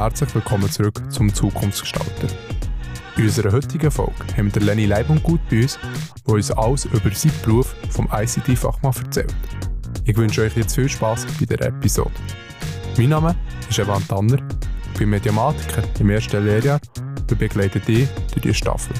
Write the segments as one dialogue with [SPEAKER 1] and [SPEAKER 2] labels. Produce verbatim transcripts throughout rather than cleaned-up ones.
[SPEAKER 1] herzlich willkommen zurück zum Zukunftsgestalter. In unserer heutigen Folge haben wir Lenny Leibundgut bei uns, der uns alles über seinen Beruf vom I C T-Fachmann erzählt. Ich wünsche euch jetzt viel Spass bei dieser Episode. Mein Name ist Evan Tanner, ich bin Mediamatiker im ersten Lehrjahr und begleite dich durch diese Staffel.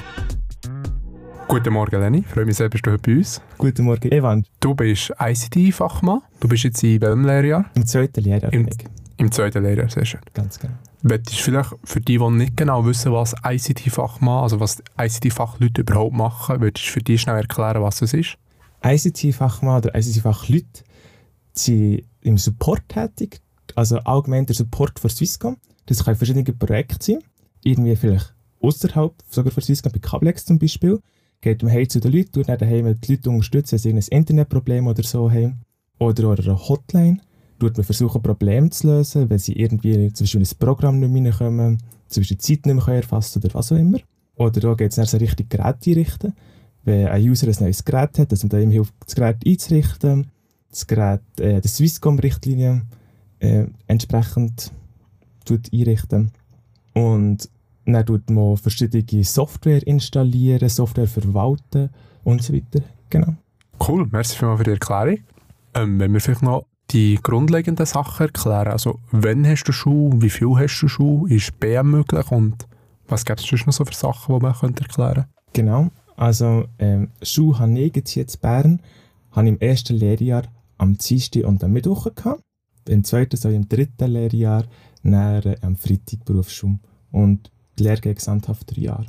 [SPEAKER 1] Guten Morgen Lenny, ich freue mich sehr, bist du heute bei uns.
[SPEAKER 2] Guten Morgen Evan.
[SPEAKER 1] Du bist I C T-Fachmann, du bist jetzt in welchem Lehrjahr?
[SPEAKER 2] Im zweiten Lehrjahr.
[SPEAKER 1] Im, Im zweiten Lehrjahr, sehr schön.
[SPEAKER 2] Ganz genau.
[SPEAKER 1] Möchtest du vielleicht für die, die nicht genau wissen, was I C T-Fachmann, also was I C T-Fachleute überhaupt machen, würdest du für die schnell erklären, was das ist?
[SPEAKER 2] I C T-Fachmann oder I C T-Fachleute sind im Support tätig, also allgemein der Support für Swisscom. Das können verschiedene Projekte sein, irgendwie vielleicht außerhalb, sogar für Swisscom, bei Cablex zum Beispiel. Geht man heim zu den Leuten, tut dann daheim die Leute unterstützen, wenn sie ein Internetproblem oder so haben. Oder oder eine Hotline, tut man versuchen, Probleme zu lösen, wenn sie irgendwie zum Beispiel in ein Programm nicht mehr reinkommen, zum Beispiel die Zeit nicht mehr erfassen oder was auch immer. Oder da geht es dann so richtig Gerät einrichten. Wenn ein User ein neues Gerät hat, dass man ihm hilft, das Gerät einzurichten, das Gerät äh, der Swisscom-Richtlinien äh, entsprechend tut einrichten. Und dann tut man verschiedene Software installieren, Software verwalten und so weiter. Genau.
[SPEAKER 1] Cool, merci vielmals für die Erklärung. Ähm, wenn wir vielleicht noch die grundlegenden Sachen erklären, also wann hast du Schuhe, wie viel hast du Schuhe, ist B M möglich und was gibt es sonst noch so für Sachen, die man erklären könnte?
[SPEAKER 2] Genau, also ähm, Schuhe habe ich jetzt hier in Bern, habe ich im ersten Lehrjahr am Dienstag und am Mittwoch gehabt, im zweiten sowie im dritten Lehrjahr dann am Freitag Berufsschule und die Lehre geht gesamthaft drei Jahre.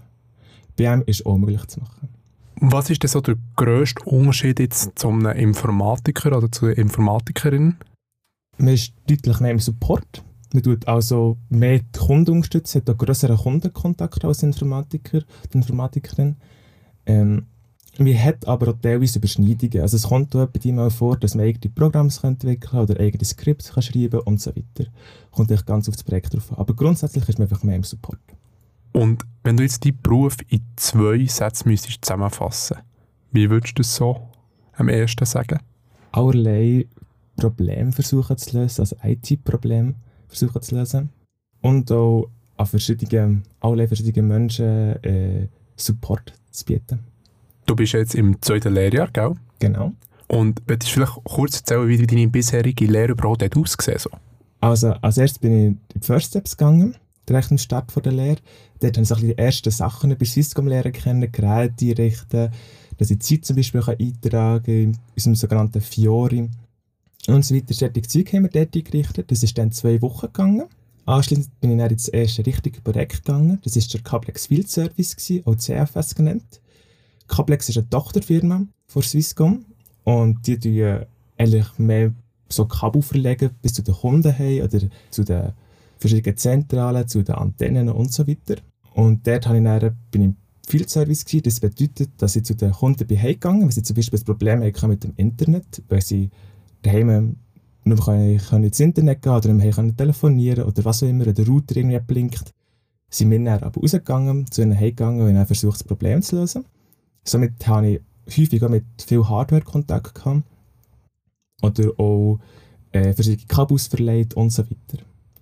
[SPEAKER 2] B M ist auch möglich zu machen.
[SPEAKER 1] Was ist denn so der grösste Unterschied jetzt zu einem Informatiker oder zu einer Informatikerin?
[SPEAKER 2] Man ist deutlich mehr im Support. Man tut also mehr die Kunden unterstützen, hat auch grösseren Kundenkontakt als Informatiker, die Informatikerin. Ähm, man hat aber auch teilweise Überschneidungen. Also es kommt auch mal vor, dass man eigene Programme entwickeln kann oder eigene Skripte kann schreiben und so weiter. Kommt echt ganz auf das Projekt drauf an. Aber grundsätzlich ist man einfach mehr im Support.
[SPEAKER 1] Und wenn du jetzt deinen Beruf in zwei Sätzen müsstest zusammenfassen, wie würdest du das so am ersten sagen?
[SPEAKER 2] Allerlei Probleme versuchen zu lösen, also I T-Probleme versuchen zu lösen. Und auch an verschiedenen, allerlei verschiedenen Menschen äh, Support zu bieten.
[SPEAKER 1] Du bist jetzt im zweiten Lehrjahr, gell?
[SPEAKER 2] Genau.
[SPEAKER 1] Und würdest du vielleicht kurz erzählen, wie deine bisherige Lehre überhaupt ausgesehen hat?
[SPEAKER 2] Also als erstes bin ich in die First Steps gegangen, direkt am Start der Lehre. Dort habe ich so die ersten Sachen bei Swisscom lernen können, Geräte einrichten, dass ich die Zeit zum Beispiel eintragen kann, in unserem sogenannten Fiori und so weiter. Solche Zeug haben wir dort eingerichtet. Das ist dann zwei Wochen gegangen. Anschließend bin ich dann ins erste richtige Projekt gegangen. Das war der Cablex Field Service, auch C F S genannt. Cablex ist eine Tochterfirma von Swisscom und die tun eigentlich mehr so Kabel verlegen bis zu den Kunden haben oder zu den verschiedenen Zentralen, zu den Antennen und so weiter. Und dort habe ich dann, bin ich im Field Service gewesen. Das bedeutet, dass ich zu den Kunden bin heimgegangen, wenn sie zum Beispiel ein Problem haben mit dem Internet, weil sie daheim nicht mehr können ins Internet gehen oder nicht mehr telefonieren oder was auch immer, oder der Router irgendwie blinkt. Sind wir dann aber rausgegangen, zu ihnen heimgegangen und haben versucht, das Problem zu lösen. Somit habe ich häufig auch mit viel Hardware Kontakt gehabt. Oder auch äh, verschiedene Kabels verleiht und so weiter.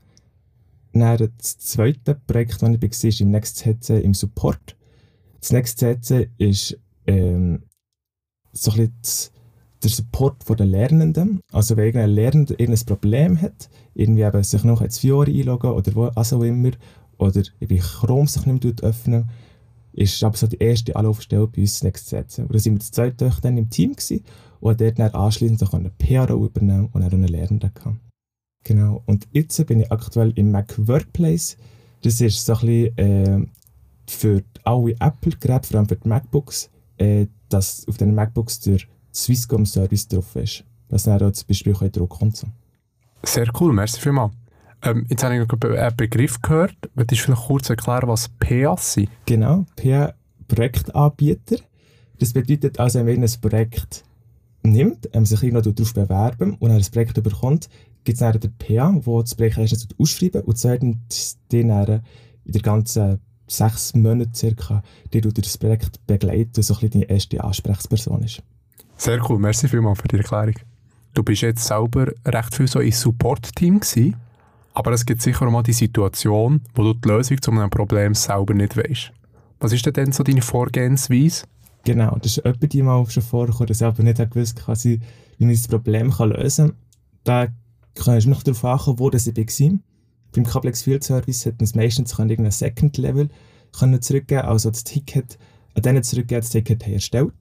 [SPEAKER 2] Dann das zweite Projekt, das ich war, ist im NextHC im Support. Das NextHC ist ähm, so ein bisschen der Support der Lernenden. Also wenn ein Lernender irgendein Problem hat, irgendwie eben sich noch ins Fiori einloggen oder wo also immer, oder irgendwie Chrome sich nicht mehr öffnen, ist aber so die erste Anlaufstelle bei uns NextHC. Und da sind wir das zweite dann im Team gewesen und dort dann anschliessend auch eine P R übernehmen und dann einen Lernenden gehabt. Genau, und jetzt bin ich aktuell im Mac Workplace. Das ist so ein bisschen äh, für alle Apple-Geräte, vor allem für die MacBooks, äh, dass auf den MacBooks der Swisscom-Service drauf ist. Dass dann auch zum Beispiel Druck kommt. So.
[SPEAKER 1] Sehr cool, merci vielmals. Ähm, jetzt habe ich noch einen Begriff gehört. Willst du vielleicht kurz erklären, was P A sind?
[SPEAKER 2] Genau, P A Projektanbieter. Das bedeutet also, wenn man ein Projekt nimmt, ähm, sich irgendwo darauf bewerben und dann ein Projekt bekommt, gibt es dann den P A, der das Projekt erstens ausschreiben und zweitens den dann in der ganzen sechs Monate circa, die du das Projekt begleitet und so ein bisschen deine erste Ansprechperson ist.
[SPEAKER 1] Sehr cool, merci vielmals für die Erklärung. Du bist jetzt selber recht viel so im Support-Team gewesen. Aber es gibt sicher auch mal die Situation, wo du die Lösung zu einem Problem selber nicht weißt. Was ist denn dann so deine Vorgehensweise?
[SPEAKER 2] Genau, das ist etwa die mal schon vorgekommen, dass ich aber nicht gewusst quasi, wie ich das Problem kann lösen kann. Da kann ich noch darauf achten, wo das ich war. Beim Cablex Field Service hat man es meistens irgendein Second Level zurückgeben, also das Ticket an denen zurückgeben, das Ticket haben erstellt.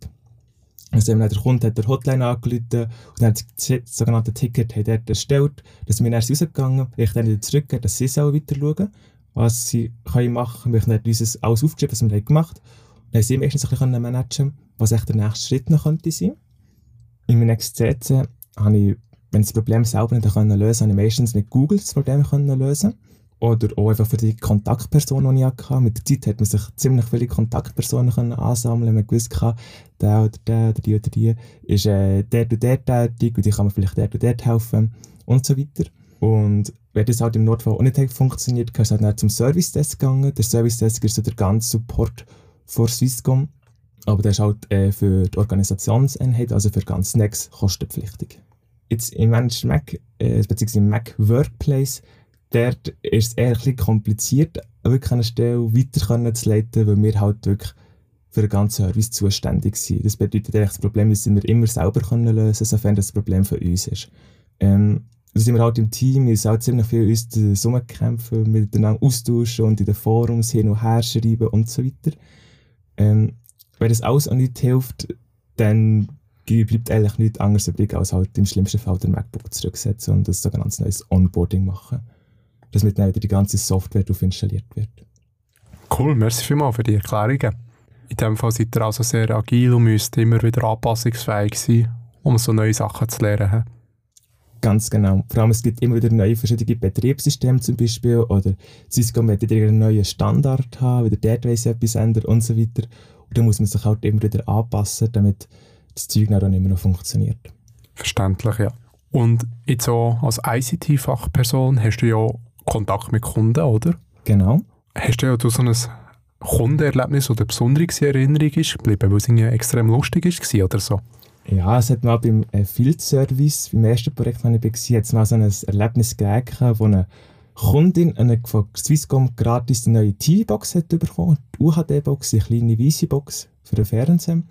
[SPEAKER 2] Also der Kunde hat der Hotline angerufen und dann das sogenannte Ticket hat dort erstellt, dass wir dann rausgegangen, ich dann wieder zurückgeben, dass sie es auch weiter schauen, was sie können machen können. Wir haben uns alles aufgeschrieben, was wir gemacht haben. Dann haben sie meistens ein bisschen managen, was echt der nächste Schritt noch könnte sein. In meinem X C C habe ich, wenn ich das Problem selber nicht lösen konnte, habe ich meistens mit Google das Problem lösen. Oder auch einfach für die Kontaktpersonen, die ich hatte. Mit der Zeit hat man sich ziemlich viele Kontaktpersonen ansammeln. Man wusste, der oder der oder die oder die ist äh, der oder der tätig und die kann man vielleicht der oder dort helfen und so weiter. Und wenn das halt im Notfall auch nicht hat funktioniert, ist halt dann zum Service Desk gegangen. Der Service Desk ist so der ganze Support von Swisscom. Aber der ist halt äh, für die Organisationseinheit, also für ganz Next, kostenpflichtig. Jetzt im Managed Mac, äh, beziehungsweise im Mac Workplace, dort ist es eher ein bisschen kompliziert, wirklich an einer Stelle weiter zu leiten, weil wir halt wirklich für den ganzen Service zuständig sind. Das bedeutet eigentlich, das Problem müssen wir immer selber können lösen, sofern das Problem von uns ist. Ähm, da sind wir halt im Team, wir sind auch ziemlich viel uns zusammenkämpfen, miteinander austauschen und in den Forums hin und her schreiben und so weiter. Ähm, wenn das alles auch nicht hilft, dann bleibt eigentlich nichts anderes übrig, als halt im schlimmsten Fall den MacBook zurücksetzen und ein sogenanntes neues Onboarding machen. Dass mit dann wieder die ganze Software drauf installiert wird.
[SPEAKER 1] Cool, merci vielmals für die Erklärungen. In diesem Fall seid ihr also sehr agil und müsst immer wieder anpassungsfähig sein, um so neue Sachen zu lernen.
[SPEAKER 2] Ganz genau. Vor allem es gibt immer wieder neue verschiedene Betriebssysteme zum Beispiel oder Cisco wird wieder einen neuen Standard haben, wieder dort weiss etwas ändern und so weiter. Und da muss man sich halt immer wieder anpassen, damit das Zeug dann immer noch funktioniert.
[SPEAKER 1] Verständlich, ja. Und jetzt auch als I C T-Fachperson hast du ja Kontakt mit Kunden, oder?
[SPEAKER 2] Genau.
[SPEAKER 1] Hast du ja du so ein Kundenerlebnis oder eine besondere Erinnerung ist geblieben, weil es irgendwie extrem lustig war oder so?
[SPEAKER 2] Ja, es hat mal beim äh, Field Service, beim ersten Projekt, das ich war, hat es mal so ein Erlebnis gegeben, wo eine Kundin eine, von Swisscom gratis eine neue T V-Box hat bekommen, die U H D-Box, eine kleine weisse Box für den Fernseher.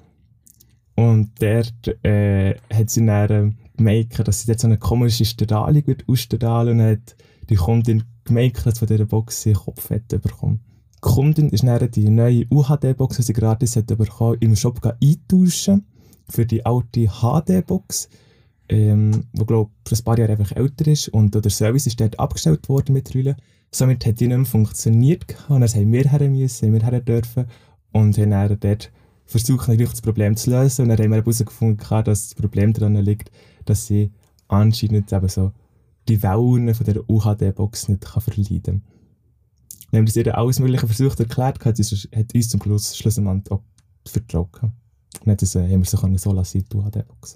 [SPEAKER 2] Und dort äh, hat sie dann gemerkt, dass sie dort so eine komische Strahlung wird ausstrahlen und hat die Kundin gemerkt, dass von dieser Box sie Kopfhörer bekommen. Die Kundin ist dann die neue U H D-Box, die sie gratis hat bekommen, im Shop eintauschen für die alte H D-Box, ähm, die glaube ich für ein paar Jahre einfach älter ist und der Service ist dort abgestellt worden mit Rollen. Somit hat die nicht mehr funktioniert und dann haben wir her müssen, haben wir her dürfen und haben dann dort versucht, natürlich das Problem zu lösen und dann haben wir herausgefunden, dass das Problem daran liegt, dass sie anscheinend eben so die Wellen von der U H D-Box nicht kann verleiden kann. Wir haben das ihr alles Mögliche versucht erklärt, hat, sie, hat uns zum Schluss schlussendlich auch vertraut. Und dann haben wir sie so lassen, die U H D-Box.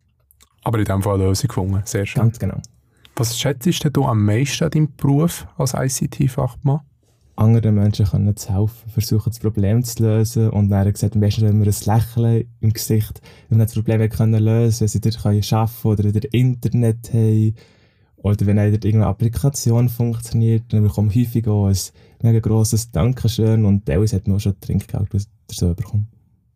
[SPEAKER 2] Aber in diesem Fall eine Lösung gefunden, sehr schön. Ganz genau. Was schätzt du am meisten an deinem Beruf als I C T-Fachmann? Anderen Menschen können zu helfen, versuchen das Problem zu lösen und dann gesagt, am besten haben wir ein Lächeln im Gesicht, wenn wir das Problem können lösen, wenn sie dort arbeiten können oder wieder Internet haben oder wenn irgendeine Applikation funktioniert, dann bekommen wir häufig auch ein mega grosses Dankeschön und teilweise hat man auch schon Trinkgeld so bekommen.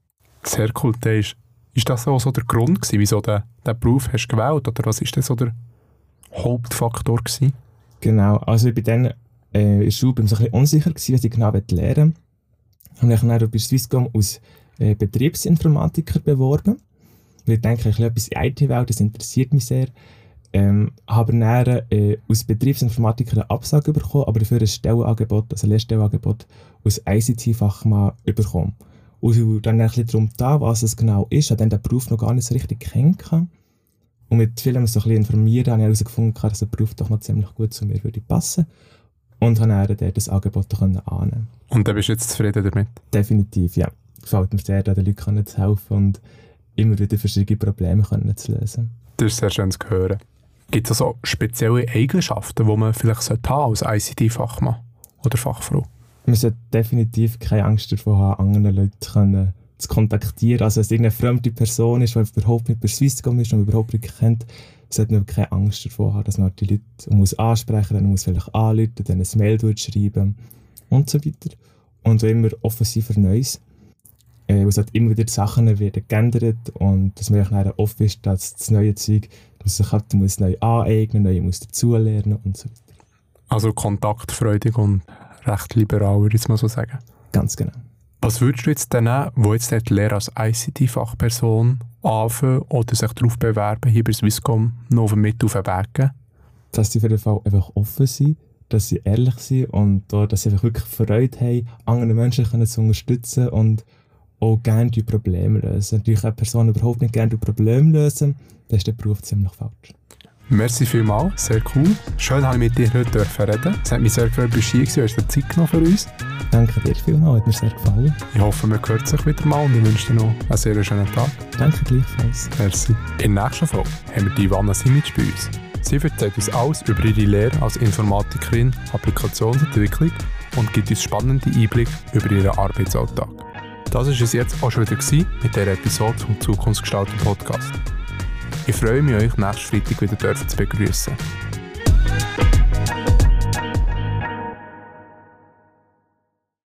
[SPEAKER 2] Sehr cool. Ist, ist das auch so der Grund gewesen, wieso du diesen Beruf hast gewählt oder was ist das so der Hauptfaktor gewesen? Genau, also ich bin dann äh, in der Schule bin ich so ein bisschen unsicher gewesen, was ich genau lernen wollte. Ich habe mich dann bei Swisscom als äh, Betriebsinformatiker beworben. Weil ich denke, ich etwas in der I T-Welt, das interessiert mich sehr. Ähm, habe dann äh, als Betriebsinformatiker eine Absage bekommen, aber dafür ein Stellenangebot, also ein Lehrstellenangebot als I C T-Fachmann bekommen. Und dann ein bisschen darum da, was es genau ist, ich habe dann den Beruf noch gar nicht so richtig kennengelernt. Und mit vielem so ein bisschen informieren, habe ich herausgefunden, dass der Beruf doch noch ziemlich gut zu mir würde passen. Und habe dann das Angebot annehmen. Und dann bist du jetzt zufrieden damit? Definitiv, ja. Gefällt mir sehr, den Leuten zu helfen und immer wieder verschiedene Probleme zu lösen. Das ist sehr schön zu hören. Gibt es also spezielle Eigenschaften, die man vielleicht haben als I C T-Fachmann oder Fachfrau? Man sollte definitiv keine Angst davor haben, anderen Leuten zu kontaktieren. Also wenn es irgendeine fremde Person ist, die überhaupt nicht bei Swisscom ist und man überhaupt nicht kennt, sollte man keine Angst davor haben, dass man die Leute muss ansprechen, dann muss vielleicht anrufen, dann ein Mail schreiben und so weiter. Und immer offen sein für Neues. Äh, es hat immer wieder die Sachen werden geändert und dass man auch offen ist, dass das neue Zeug muss sich halt muss neu aneignen, neu muss dazulernen und so weiter.
[SPEAKER 1] Also kontaktfreudig und recht liberal, würde ich mal so sagen.
[SPEAKER 2] Ganz genau.
[SPEAKER 1] Was würdest du jetzt denen, die jetzt die Lehre als I C T-Fachperson anfangen oder sich darauf bewerben, hier bei Swisscom noch mit auf den Weg geben?
[SPEAKER 2] Dass sie auf jeden Fall einfach offen sind, dass sie ehrlich sind und auch, dass sie einfach wirklich Freude haben, andere Menschen können zu unterstützen und auch gerne die Probleme lösen. Natürlich eine Person überhaupt nicht gerne die Probleme lösen, dann ist der Beruf ziemlich falsch.
[SPEAKER 1] Merci vielmals, sehr cool. Schön, dass ich mit dir heute reden durfte. Es hat mich sehr gefreut, dass du hier warst. Du hast dir Zeit genommen für uns.
[SPEAKER 2] Danke dir vielmals, hat mir sehr gefallen.
[SPEAKER 1] Ich hoffe, man hört sich wieder mal und ich wünsche dir noch einen sehr schönen Tag.
[SPEAKER 2] Danke gleichfalls.
[SPEAKER 1] Merci. In der nächsten Folge haben wir die Ivana Simic bei uns. Sie erzählt uns alles über ihre Lehre als Informatikerin, Applikationsentwicklung und gibt uns spannende Einblicke über ihren Arbeitsalltag. Das war es jetzt auch schon wieder mit dieser Episode vom Zukunftsgestaltung Podcast. Ich freue mich, euch nächsten Freitag wieder zu begrüßen.